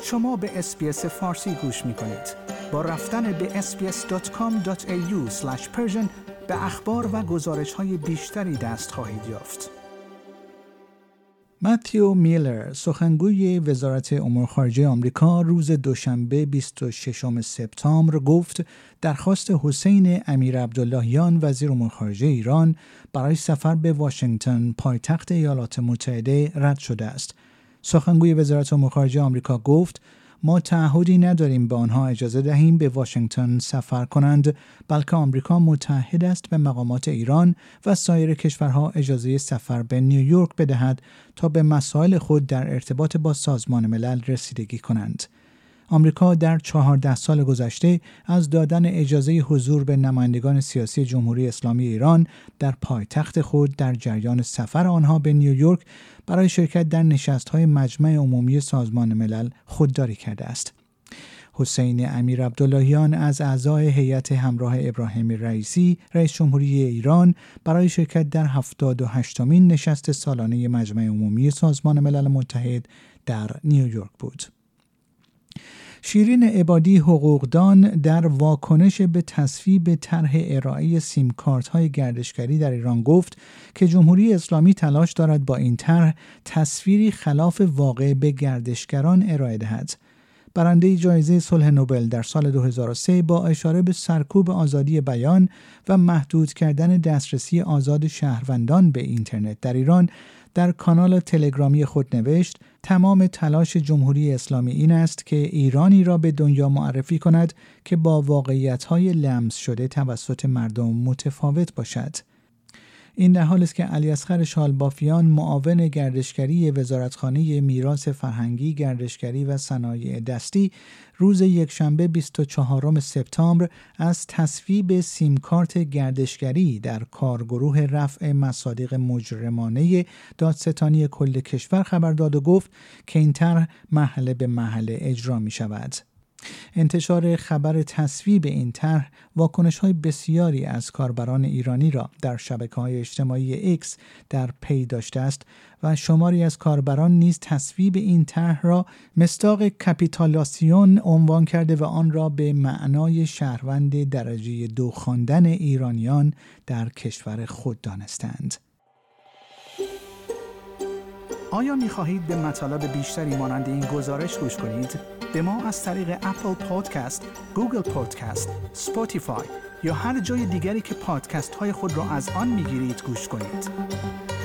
شما به SBS فارسی گوش می‌کنید. با رفتن به sbs.com.au/persian به اخبار و گزارش‌های بیشتری دست خواهید یافت. متیو میلر، سخنگوی وزارت امور خارجه آمریکا، روز دوشنبه 26 سپتامبر گفت درخواست حسین امیر عبداللهیان وزیر امور خارجه ایران برای سفر به واشنگتن پایتخت ایالات متحده رد شده است. سخنگوی وزارت امور خارجه آمریکا گفت ما تعهدی نداریم به آنها اجازه دهیم به واشنگتن سفر کنند، بلکه آمریکا متعهد است به مقامات ایران و سایر کشورها اجازه سفر به نیویورک بدهد تا به مسائل خود در ارتباط با سازمان ملل رسیدگی کنند. آمریکا در 14 سال گذشته از دادن اجازه حضور به نمایندگان سیاسی جمهوری اسلامی ایران در پایتخت خود در جریان سفر آنها به نیویورک برای شرکت در نشست‌های مجمع عمومی سازمان ملل خودداری کرده است. حسین امیر عبداللهیان از اعضای هیئت همراه ابراهیم رئیسی رئیس جمهوری ایران برای شرکت در 78مین نشست سالانه مجمع عمومی سازمان ملل متحد در نیویورک بود. شیرین عبادی حقوقدان در واکنش به تصویب طرح ارائه سیم کارت‌های گردشگری در ایران گفت که جمهوری اسلامی تلاش دارد با این طرح تصویری خلاف واقع به گردشگران ارائه دهد. برنده جایزه صلح نوبل در سال 2003 با اشاره به سرکوب آزادی بیان و محدود کردن دسترسی آزاد شهروندان به اینترنت در ایران در کانال تلگرامی خود نوشت تمام تلاش جمهوری اسلامی این است که ایرانی را به دنیا معرفی کند که با واقعیت‌های لمس شده توسط مردم متفاوت باشد. این در حالی است که علیاصغر شالبافیان معاون گردشگری وزارتخانه میراث فرهنگی، گردشگری و صنایع دستی روز یکشنبه 24 سپتامبر از تصویب سیم کارت گردشگری در کارگروه رفع مصادیق مجرمانه دادستانی کل کشور خبر داد و گفت که این طرح مرحله به مرحله اجرا می شود. انتشار خبر تصویب این طرح واکنش‌های بسیاری از کاربران ایرانی را در شبکه‌های اجتماعی X در پی داشته است و شماری از کاربران نیز تصویب این طرح را مصداق کاپیتولاسیون عنوان کرده و آن را به معنای شهروند درجه 2 خواندن ایرانیان در کشور خود دانستند. آیا می‌خواهید به مطالب بیشتری مانند این گزارش گوش کنید؟ به ما از طریق اپل پادکست، گوگل پادکست، اسپاتیفای یا هر جای دیگری که پادکست های خود را از آن میگیرید گوش کنید.